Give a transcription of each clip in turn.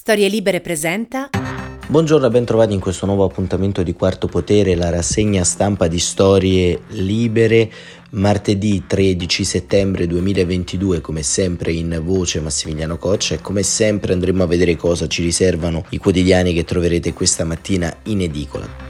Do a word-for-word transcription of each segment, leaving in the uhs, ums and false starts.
Storie Libere presenta. Buongiorno e ben trovati in questo nuovo appuntamento di Quarto Potere, la rassegna stampa di Storie Libere, martedì tredici settembre duemilaventidue, come sempre in voce Massimiliano Coccia, e come sempre andremo a vedere cosa ci riservano i quotidiani che troverete questa mattina in edicola.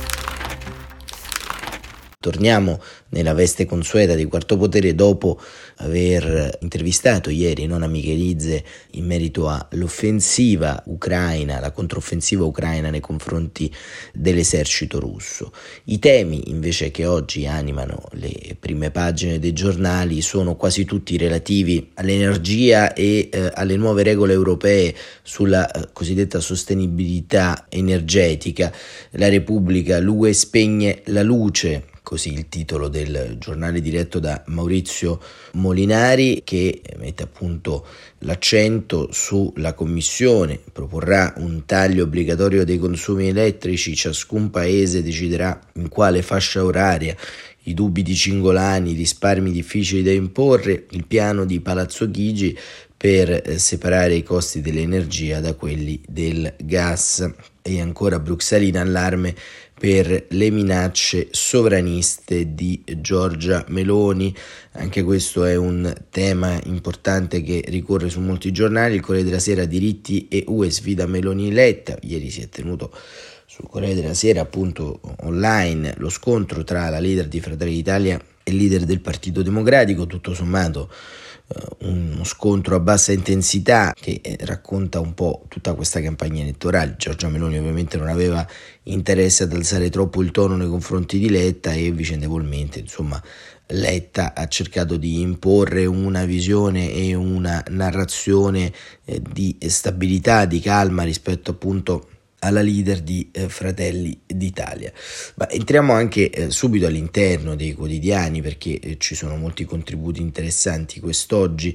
Torniamo nella veste consueta di Quarto Potere dopo aver intervistato ieri Nona Michelidze in merito all'offensiva ucraina, la controffensiva ucraina nei confronti dell'esercito russo. I temi invece che oggi animano le prime pagine dei giornali sono quasi tutti relativi all'energia e eh, alle nuove regole europee sulla eh, cosiddetta sostenibilità energetica. La Repubblica, l'U E spegne la luce. Così il titolo del giornale diretto da Maurizio Molinari, che mette appunto l'accento sulla Commissione, proporrà un taglio obbligatorio dei consumi elettrici, ciascun paese deciderà in quale fascia oraria, i dubbi di Cingolani, i risparmi difficili da imporre, il piano di Palazzo Chigi per separare i costi dell'energia da quelli del gas. E ancora Bruxelles in allarme per le minacce sovraniste di Giorgia Meloni. Anche questo è un tema importante che ricorre su molti giornali. Il Corriere della Sera, diritti e U E sfida Meloni Letta. Ieri si è tenuto sul Corriere della Sera, appunto online, lo scontro tra la leader di Fratelli d'Italia e il leader del Partito Democratico, tutto sommato uno scontro a bassa intensità che racconta un po' tutta questa campagna elettorale. Giorgia Meloni ovviamente non aveva interesse ad alzare troppo il tono nei confronti di Letta e vicendevolmente, insomma, Letta ha cercato di imporre una visione e una narrazione eh, di stabilità, di calma rispetto appunto alla leader di eh, Fratelli d'Italia. Ma entriamo anche eh, subito all'interno dei quotidiani, perché eh, ci sono molti contributi interessanti quest'oggi,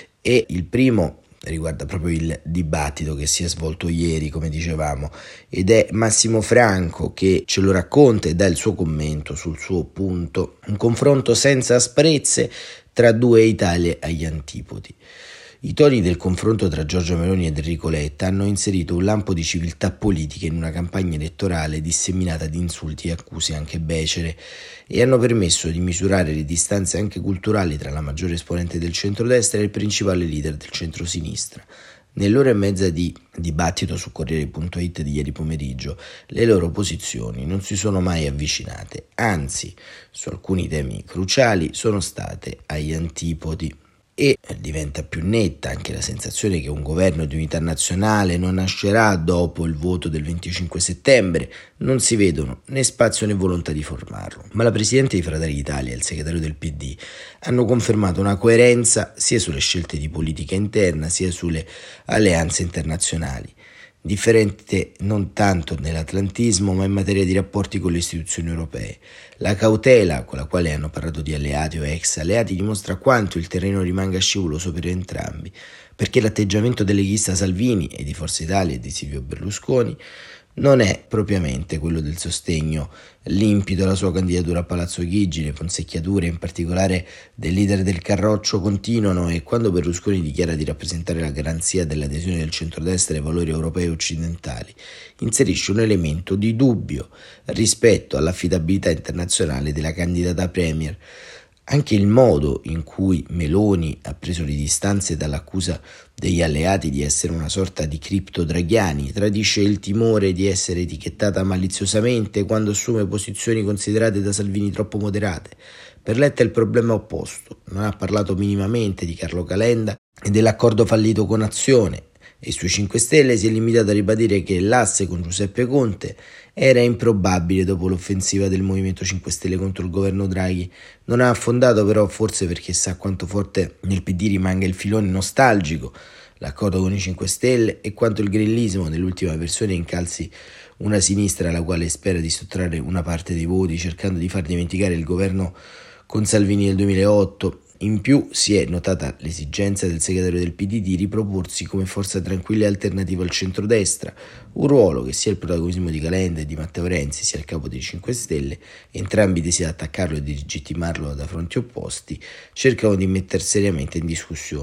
e il primo riguarda proprio il dibattito che si è svolto ieri, come dicevamo, ed è Massimo Franco che ce lo racconta e dà il suo commento sul suo punto: un confronto senza asprezze tra due Italie agli antipodi. I toni del confronto tra Giorgia Meloni ed Enrico Letta hanno inserito un lampo di civiltà politica in una campagna elettorale disseminata di insulti e accuse anche becere, e hanno permesso di misurare le distanze anche culturali tra la maggiore esponente del centrodestra e il principale leader del centrosinistra. Nell'ora e mezza di dibattito su Corriere punto it di ieri pomeriggio, le loro posizioni non si sono mai avvicinate, anzi, su alcuni temi cruciali sono state agli antipodi. E diventa più netta anche la sensazione che un governo di unità nazionale non nascerà dopo il voto del venticinque settembre. Non si vedono né spazio né volontà di formarlo. Ma la Presidente di Fratelli d'Italia e il segretario del P D hanno confermato una coerenza sia sulle scelte di politica interna sia sulle alleanze internazionali. Differente non tanto nell'atlantismo ma in materia di rapporti con le istituzioni europee. La cautela con la quale hanno parlato di alleati o ex alleati dimostra quanto il terreno rimanga scivoloso per entrambi, perché l'atteggiamento del leghista Salvini e di Forza Italia e di Silvio Berlusconi non è propriamente quello del sostegno limpido alla sua candidatura a Palazzo Chigi. Le consecchiature, in particolare del leader del Carroccio, continuano, e quando Berlusconi dichiara di rappresentare la garanzia dell'adesione del centrodestra ai valori europei e occidentali, inserisce un elemento di dubbio rispetto all'affidabilità internazionale della candidata premier. Anche il modo in cui Meloni ha preso le distanze dall'accusa degli alleati di essere una sorta di cripto-draghiani tradisce il timore di essere etichettata maliziosamente quando assume posizioni considerate da Salvini troppo moderate. Per Letta il problema è opposto: non ha parlato minimamente di Carlo Calenda e dell'accordo fallito con Azione, e sui cinque Stelle si è limitato a ribadire che l'asse con Giuseppe Conte era improbabile dopo l'offensiva del Movimento cinque Stelle contro il governo Draghi. Non ha affondato però, forse perché sa quanto forte nel P D rimanga il filone nostalgico, l'accordo con i cinque Stelle, e quanto il grillismo nell'ultima versione incalzi una sinistra alla quale spera di sottrarre una parte dei voti, cercando di far dimenticare il governo con Salvini del duemilaotto. In più si è notata l'esigenza del segretario del P D di riproporsi come forza tranquilla e alternativa al centrodestra, un ruolo che sia il protagonismo di Calenda e di Matteo Renzi sia il capo dei cinque Stelle, entrambi tesi ad attaccarlo e di legittimarlo da fronti opposti, cercano di mettere seriamente in discussione.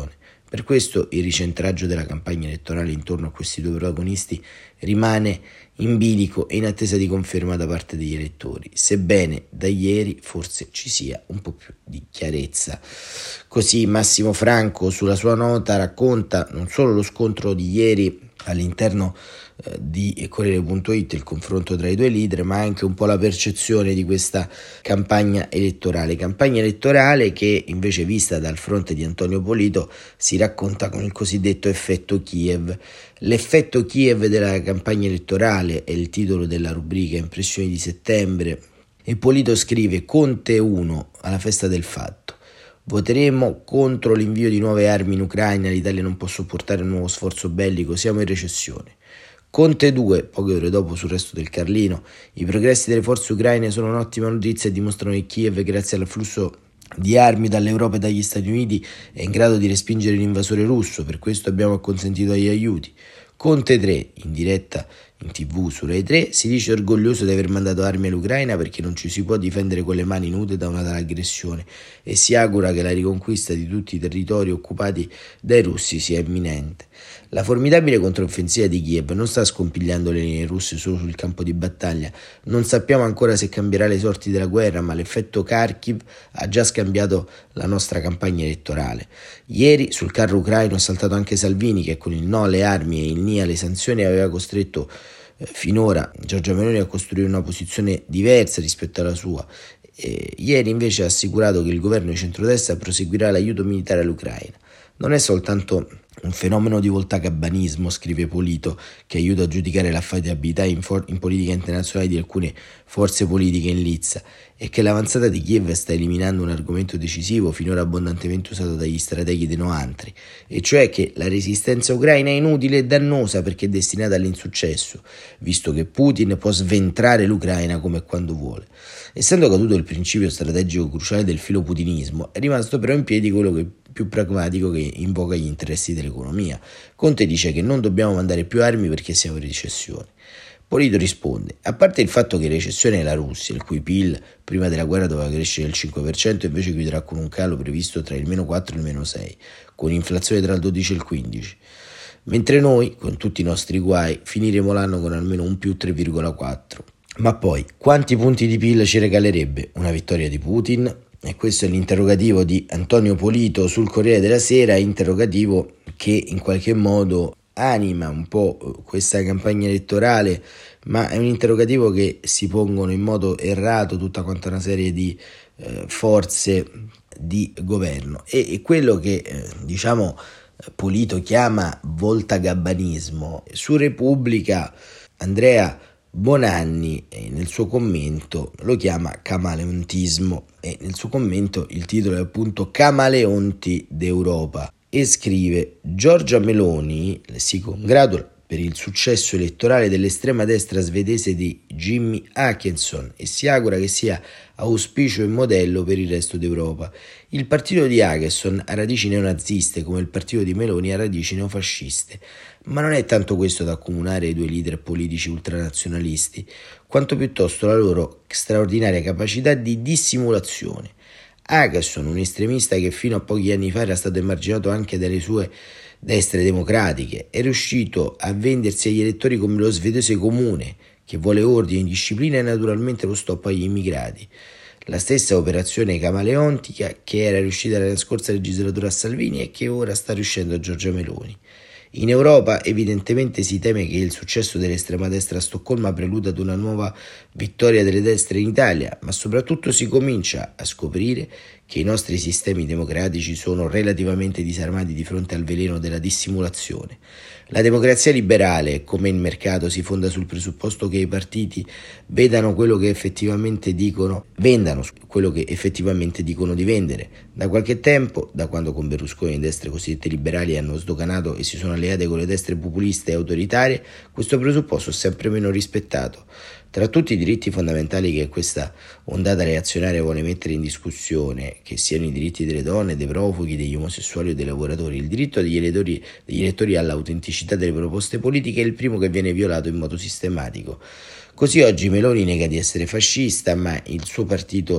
Per questo il ricentraggio della campagna elettorale intorno a questi due protagonisti rimane in bilico e in attesa di conferma da parte degli elettori, sebbene da ieri forse ci sia un po' più di chiarezza. Così Massimo Franco sulla sua nota racconta non solo lo scontro di ieri all'interno eh, di Corriere punto it, il confronto tra i due leader, ma anche un po' la percezione di questa campagna elettorale, campagna elettorale che invece vista dal fronte di Antonio Polito si racconta con il cosiddetto effetto Kiev. L'effetto Kiev della campagna elettorale è il titolo della rubrica Impressioni di settembre e Polito scrive: Conte uno alla festa del fatto. Voteremo contro l'invio di nuove armi in Ucraina, l'Italia non può sopportare un nuovo sforzo bellico, siamo in recessione. Conte due, poche ore dopo sul resto del Carlino, i progressi delle forze ucraine sono un'ottima notizia e dimostrano che Kiev, grazie afflusso di armi dall'Europa e dagli Stati Uniti, è in grado di respingere l'invasore russo, per questo abbiamo acconsentito agli aiuti. Conte tre, in diretta in tv su Rai tre, si dice orgoglioso di aver mandato armi all'Ucraina perché non ci si può difendere con le mani nude da una tale aggressione e si augura che la riconquista di tutti i territori occupati dai russi sia imminente. La formidabile controffensiva di Kiev non sta scompigliando le linee russe solo sul campo di battaglia, non sappiamo ancora se cambierà le sorti della guerra, ma l'effetto Kharkiv ha già scambiato la nostra campagna elettorale. Ieri sul carro ucraino è saltato anche Salvini, che con il no alle armi e il ni alle sanzioni aveva costretto eh, finora Giorgia Meloni a costruire una posizione diversa rispetto alla sua. E ieri invece ha assicurato che il governo di centrodestra proseguirà l'aiuto militare all'Ucraina. Non è soltanto un fenomeno di voltagabanismo, scrive Polito, che aiuta a giudicare l'affidabilità in, for- in politica internazionale di alcune forze politiche in lizza, e che l'avanzata di Kiev sta eliminando un argomento decisivo finora abbondantemente usato dagli strateghi dei noantri, e cioè che la resistenza ucraina è inutile e dannosa perché è destinata all'insuccesso, visto che Putin può sventrare l'Ucraina come e quando vuole. Essendo caduto il principio strategico cruciale del filoputinismo, è rimasto però in piedi quello che più pragmatico che invoca gli interessi dell'economia. Conte dice che non dobbiamo mandare più armi perché siamo in recessione. Polito risponde: a parte il fatto che in recessione è la Russia, il cui P I L prima della guerra doveva crescere del cinque per cento e invece chiuderà con un calo previsto tra il meno quattro e il meno sei, con inflazione tra il dodici e il quindici. Mentre noi, con tutti i nostri guai, finiremo l'anno con almeno un più tre virgola quattro. Ma poi, quanti punti di P I L ci regalerebbe una vittoria di Putin? E questo è l'interrogativo di Antonio Polito sul Corriere della Sera, interrogativo che in qualche modo anima un po' questa campagna elettorale, ma è un interrogativo che si pongono in modo errato tutta quanta una serie di eh, forze di governo. E, e quello che eh, diciamo Polito chiama voltagabanismo, su Repubblica Andrea Bonanni eh, nel suo commento lo chiama camaleontismo, e nel suo commento il titolo è appunto Camaleonti d'Europa, e scrive: Giorgia Meloni si congratula per il successo elettorale dell'estrema destra svedese di Jimmy Åkesson e si augura che sia auspicio e modello per il resto d'Europa. Il partito di Åkesson ha radici neonaziste come il partito di Meloni ha radici neofasciste, ma non è tanto questo da accomunare ai due leader politici ultranazionalisti, quanto piuttosto la loro straordinaria capacità di dissimulazione. Åkesson, un estremista che fino a pochi anni fa era stato emarginato anche dalle sue destre democratiche, è riuscito a vendersi agli elettori come lo svedese comune, che vuole ordine, disciplina e naturalmente lo stop agli immigrati. La stessa operazione camaleontica che era riuscita nella scorsa legislatura a Salvini e che ora sta riuscendo a Giorgia Meloni. In Europa evidentemente si teme che il successo dell'estrema destra a Stoccolma preluda ad una nuova vittoria delle destre in Italia, ma soprattutto si comincia a scoprire che i nostri sistemi democratici sono relativamente disarmati di fronte al veleno della dissimulazione. La democrazia liberale, come il mercato, si fonda sul presupposto che i partiti vedano quello che effettivamente dicono, vendano quello che effettivamente dicono di vendere. Da qualche tempo, da quando con Berlusconi le destre cosiddette liberali hanno sdoganato e si sono alleate con le destre populiste e autoritarie, questo presupposto è sempre meno rispettato. Tra tutti i diritti fondamentali che questa ondata reazionaria vuole mettere in discussione, che siano i diritti delle donne, dei profughi, degli omosessuali o dei lavoratori, il diritto degli elettori, degli elettori all'autenticità delle proposte politiche è il primo che viene violato in modo sistematico. Così oggi Meloni nega di essere fascista, ma il suo partito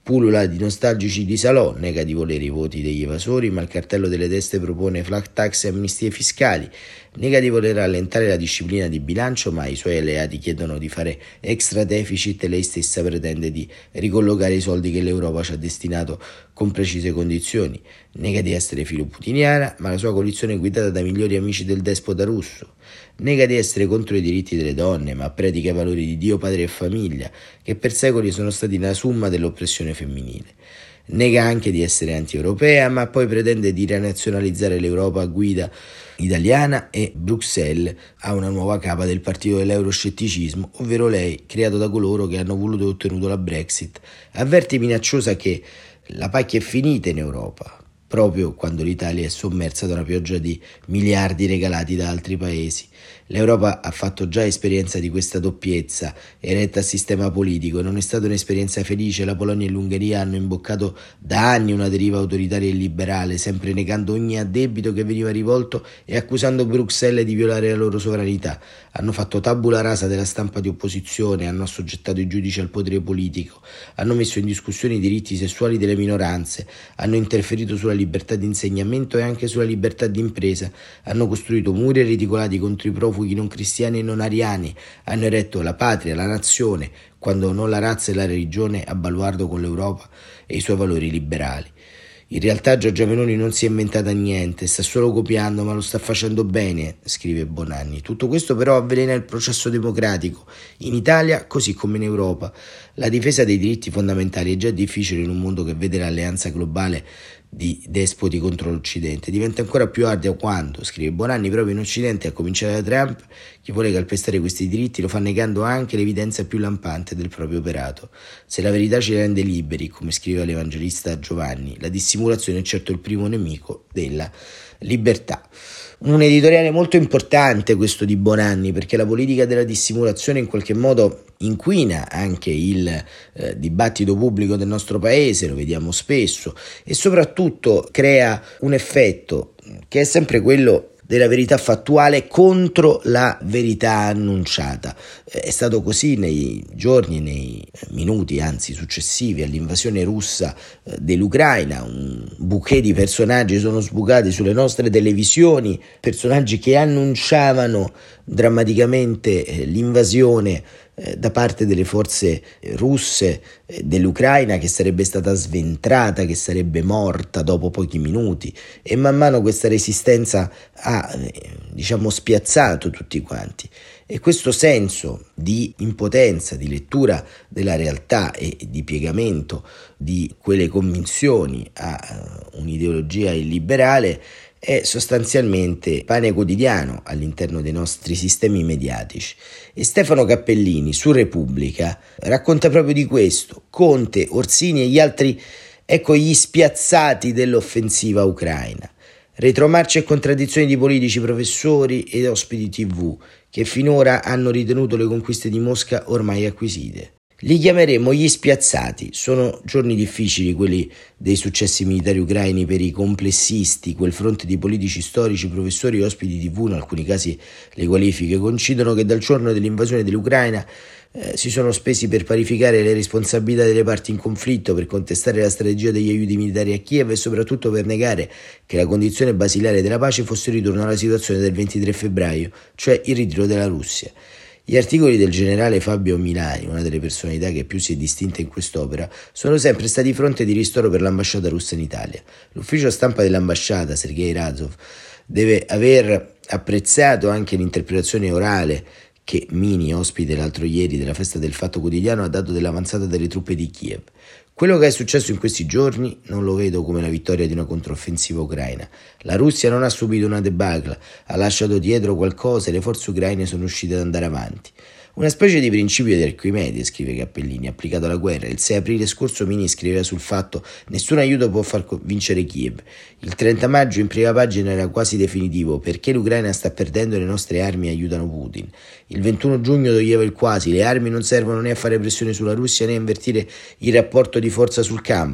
pullula di nostalgici di Salò, nega di volere i voti degli evasori, ma il cartello delle destre propone flat tax e amnistie fiscali, nega di voler rallentare la disciplina di bilancio, ma i suoi alleati chiedono di fare extra deficit e lei stessa pretende di ricollocare i soldi che l'Europa ci ha destinato con precise condizioni. Nega di essere filoputiniana, ma la sua coalizione è guidata dai migliori amici del despota russo. Nega di essere contro i diritti delle donne, ma predica i valori di Dio, padre e famiglia, che per secoli sono stati la summa dell'oppressione femminile. Nega anche di essere anti-europea, ma poi pretende di rinazionalizzare l'Europa a guida italiana e Bruxelles ha una nuova capa del partito dell'euroscetticismo, ovvero lei, creato da coloro che hanno voluto e ottenuto la Brexit. Avverte minacciosa che la pacchia è finita in Europa, proprio quando l'Italia è sommersa da una pioggia di miliardi regalati da altri paesi. L'Europa ha fatto già esperienza di questa doppiezza, eretta al sistema politico, e non è stata un'esperienza felice. La Polonia e l'Ungheria hanno imboccato da anni una deriva autoritaria e liberale, sempre negando ogni addebito che veniva rivolto e accusando Bruxelles di violare la loro sovranità. Hanno fatto tabula rasa della stampa di opposizione, hanno assoggettato i giudici al potere politico, hanno messo in discussione i diritti sessuali delle minoranze, hanno interferito sulla libertà di insegnamento e anche sulla libertà di impresa, hanno costruito muri reticolati contro i profughi non cristiani e non ariani, hanno eretto la patria, la nazione, quando non la razza e la religione, a baluardo con l'Europa e i suoi valori liberali. In realtà Giorgia Meloni non si è inventata niente, sta solo copiando, ma lo sta facendo bene, scrive Bonanni. Tutto questo però avvelena il processo democratico, in Italia così come in Europa. La difesa dei diritti fondamentali è già difficile in un mondo che vede l'alleanza globale di despoti contro l'Occidente. Diventa ancora più ardua quando, scrive Bonanni, proprio in Occidente, a cominciare da Trump, chi vuole calpestare questi diritti lo fa negando anche l'evidenza più lampante del proprio operato. Se la verità ci rende liberi, come scrive l'evangelista Giovanni, la dissimulazione è certo il primo nemico della libertà. Un editoriale molto importante questo di Bonanni, perché la politica della dissimulazione in qualche modo inquina anche il eh, dibattito pubblico del nostro paese, lo vediamo spesso, e soprattutto crea un effetto che è sempre quello della verità fattuale contro la verità annunciata. È stato così nei giorni, nei minuti anzi successivi all'invasione russa dell'Ucraina. Un bouquet di personaggi sono sbucati sulle nostre televisioni, personaggi che annunciavano drammaticamente l'invasione da parte delle forze russe dell'Ucraina, che sarebbe stata sventrata, che sarebbe morta dopo pochi minuti, e man mano questa resistenza ha diciamo spiazzato tutti quanti, e questo senso di impotenza, di lettura della realtà e di piegamento di quelle convinzioni a un'ideologia illiberale è sostanzialmente pane quotidiano all'interno dei nostri sistemi mediatici. E Stefano Cappellini su Repubblica racconta proprio di questo. Conte, Orsini e gli altri, ecco gli spiazzati dell'offensiva ucraina. Retromarce e contraddizioni di politici, professori ed ospiti tivù che finora hanno ritenuto le conquiste di Mosca ormai acquisite. Li chiameremo gli spiazzati. Sono giorni difficili quelli dei successi militari ucraini per i complessisti, quel fronte di politici storici, professori e ospiti tivù, in alcuni casi le qualifiche coincidono, che dal giorno dell'invasione dell'Ucraina eh, si sono spesi per parificare le responsabilità delle parti in conflitto, per contestare la strategia degli aiuti militari a Kiev e soprattutto per negare che la condizione basilare della pace fosse il ritorno alla situazione del ventitré febbraio, cioè il ritiro della Russia. Gli articoli del generale Fabio Milani, una delle personalità che più si è distinta in quest'opera, sono sempre stati fronte di ristoro per l'ambasciata russa in Italia. L'ufficio stampa dell'ambasciata, Sergei Razov, deve aver apprezzato anche l'interpretazione orale che Mini, ospite l'altro ieri della festa del Fatto Quotidiano, ha dato dell'avanzata delle truppe di Kiev. Quello che è successo in questi giorni non lo vedo come la vittoria di una controffensiva ucraina. La Russia non ha subito una debacle, ha lasciato dietro qualcosa e le forze ucraine sono riuscite ad andare avanti. Una specie di principio di Archimede, scrive Cappellini, applicato alla guerra. Il sei aprile scorso Mini scriveva sul fatto: nessun aiuto può far vincere Kiev. Il trenta maggio in prima pagina era quasi definitivo: perché l'Ucraina sta perdendo, le nostre armi aiutano Putin. Il ventuno giugno toglieva il quasi: le armi non servono né a fare pressione sulla Russia né a invertire il rapporto di forza sul campo.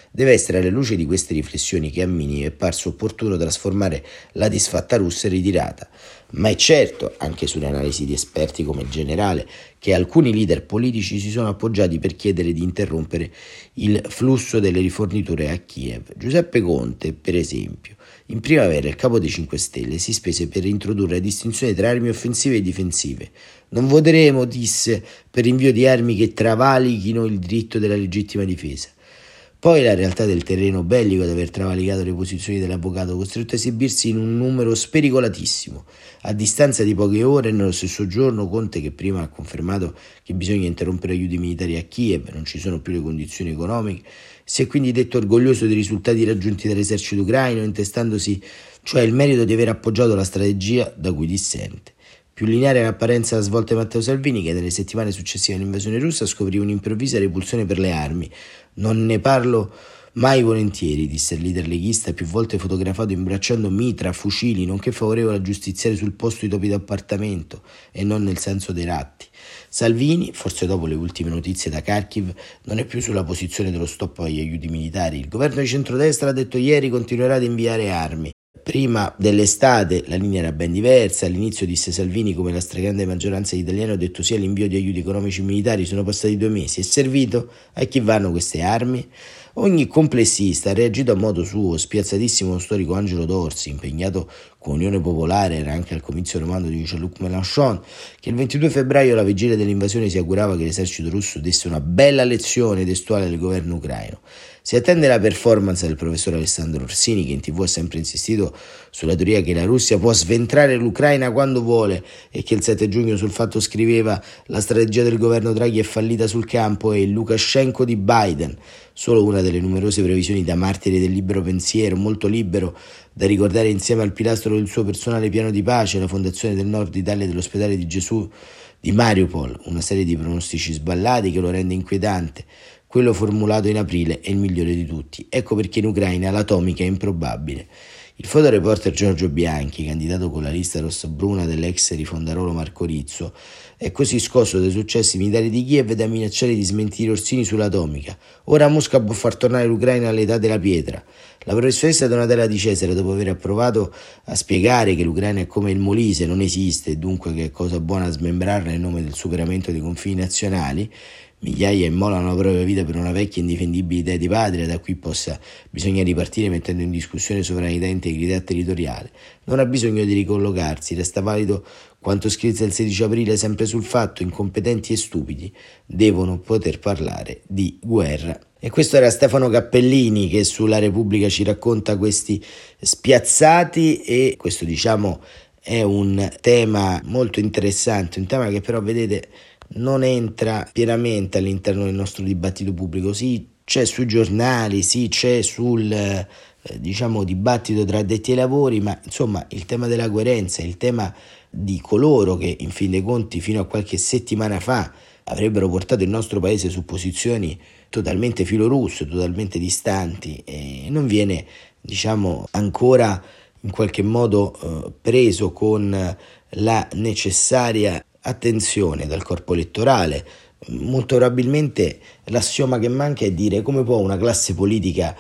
Deve essere alla luce di queste riflessioni che a Mini è parso opportuno trasformare la disfatta russa in ritirata. Ma è certo, anche sulle analisi di esperti come il generale, che alcuni leader politici si sono appoggiati per chiedere di interrompere il flusso delle riforniture a Kiev. Giuseppe Conte, per esempio, in primavera il capo dei cinque Stelle si spese per introdurre la distinzione tra armi offensive e difensive. Non voteremo, disse, per invio di armi che travalichino il diritto della legittima difesa. Poi la realtà del terreno bellico ad aver travalicato le posizioni dell'avvocato, costretto a esibirsi in un numero spericolatissimo. A distanza di poche ore, nello stesso giorno, Conte, che prima ha confermato che bisogna interrompere aiuti militari a Kiev, non ci sono più le condizioni economiche, si è quindi detto orgoglioso dei risultati raggiunti dall'esercito ucraino, intestandosi cioè il merito di aver appoggiato la strategia da cui dissente. Più lineare l'apparenza della svolta di Matteo Salvini, che nelle settimane successive all'invasione russa scoprì un'improvvisa repulsione per le armi. Non ne parlo mai volentieri, disse il leader leghista, più volte fotografato imbracciando mitra, fucili, nonché favorevole a giustiziare sul posto i topi d'appartamento e non nel senso dei ratti. Salvini, forse dopo le ultime notizie da Kharkiv, non è più sulla posizione dello stop agli aiuti militari. Il governo di centrodestra ha detto ieri continuerà ad inviare armi. Prima dell'estate la linea era ben diversa, all'inizio disse Salvini come la stragrande maggioranza degli italiani ha detto sì all'invio di aiuti economici e militari, sono passati due mesi, è servito? A chi vanno queste armi? Ogni complessista ha reagito a modo suo, spiazzatissimo lo storico Angelo Dorsi, impegnato con Unione Popolare, era anche al comizio romano di Jean-Luc Mélenchon, che il ventidue febbraio, alla vigilia dell'invasione, si augurava che l'esercito russo desse una bella lezione testuale al governo ucraino. Si attende la performance del professor Alessandro Orsini, che in tv ha sempre insistito sulla teoria che la Russia può sventrare l'Ucraina quando vuole e che il sette giugno sul Fatto scriveva la strategia del governo Draghi è fallita sul campo e il Lukashenko di Biden, solo una delle numerose previsioni da martire del libero pensiero, molto libero, da ricordare insieme al pilastro del suo personale piano di pace, la fondazione del Nord Italia e dell'ospedale di Gesù di Mariupol, una serie di pronostici sballati che lo rende inquietante. Quello formulato in aprile è il migliore di tutti. Ecco perché in Ucraina l'atomica è improbabile. Il fotoreporter Giorgio Bianchi, candidato con la lista rossobruna dell'ex rifondarolo Marco Rizzo, è così scosso dai successi militari di Kiev da minacciare di smentire Orsini sull'atomica. Ora Mosca può far tornare l'Ucraina all'età della pietra. La professoressa Donatella Di Cesare, dopo aver approvato a spiegare che l'Ucraina è come il Molise, non esiste e dunque che è cosa buona smembrarla in nome del superamento dei confini nazionali, migliaia immolano la propria vita per una vecchia e indifendibile idea di patria, da cui possa bisogna ripartire mettendo in discussione sovranità e integrità territoriale. Non ha bisogno di ricollocarsi, resta valido quanto scrisse il sedici aprile sempre sul Fatto: incompetenti e stupidi devono poter parlare di guerra. E questo era Stefano Cappellini, che sulla Repubblica ci racconta questi spiazzati, e questo, diciamo, è un tema molto interessante, un tema che però, vedete, non entra pienamente all'interno del nostro dibattito pubblico. Sì, c'è sui giornali, sì, c'è sul eh, diciamo dibattito tra addetti ai lavori, ma insomma il tema della coerenza, il tema di coloro che in fin dei conti fino a qualche settimana fa avrebbero portato il nostro paese su posizioni totalmente filorusse, totalmente distanti, e non viene, diciamo, ancora in qualche modo eh, preso con la necessaria attenzione dal corpo elettorale. Molto probabilmente l'assioma che manca è dire come può una classe politica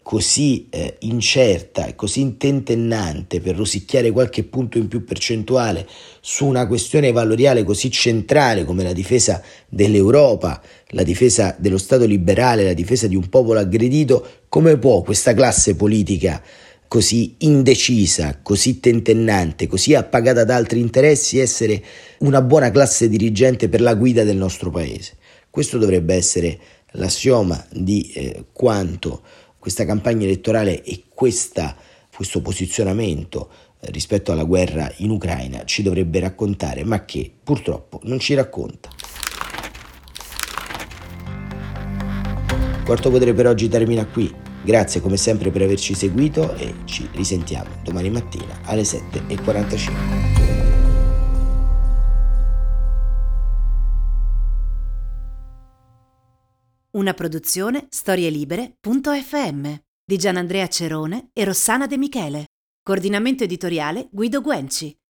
così eh, incerta e così tentennante per rosicchiare qualche punto in più percentuale su una questione valoriale così centrale come la difesa dell'Europa, la difesa dello Stato liberale, la difesa di un popolo aggredito, come può questa classe politica così indecisa, così tentennante, così appagata da altri interessi essere una buona classe dirigente per la guida del nostro paese? Questo dovrebbe essere l'assioma di eh, quanto questa campagna elettorale e questa, questo posizionamento eh, rispetto alla guerra in Ucraina ci dovrebbe raccontare, ma che purtroppo non ci racconta. Quarto Potere per oggi termina qui. Grazie come sempre per averci seguito e ci risentiamo domani mattina alle sette e quarantacinque. Una produzione storielibere punto effe emme di Gianandrea Cerone e Rossana De Michele. Coordinamento editoriale Guido Guenci.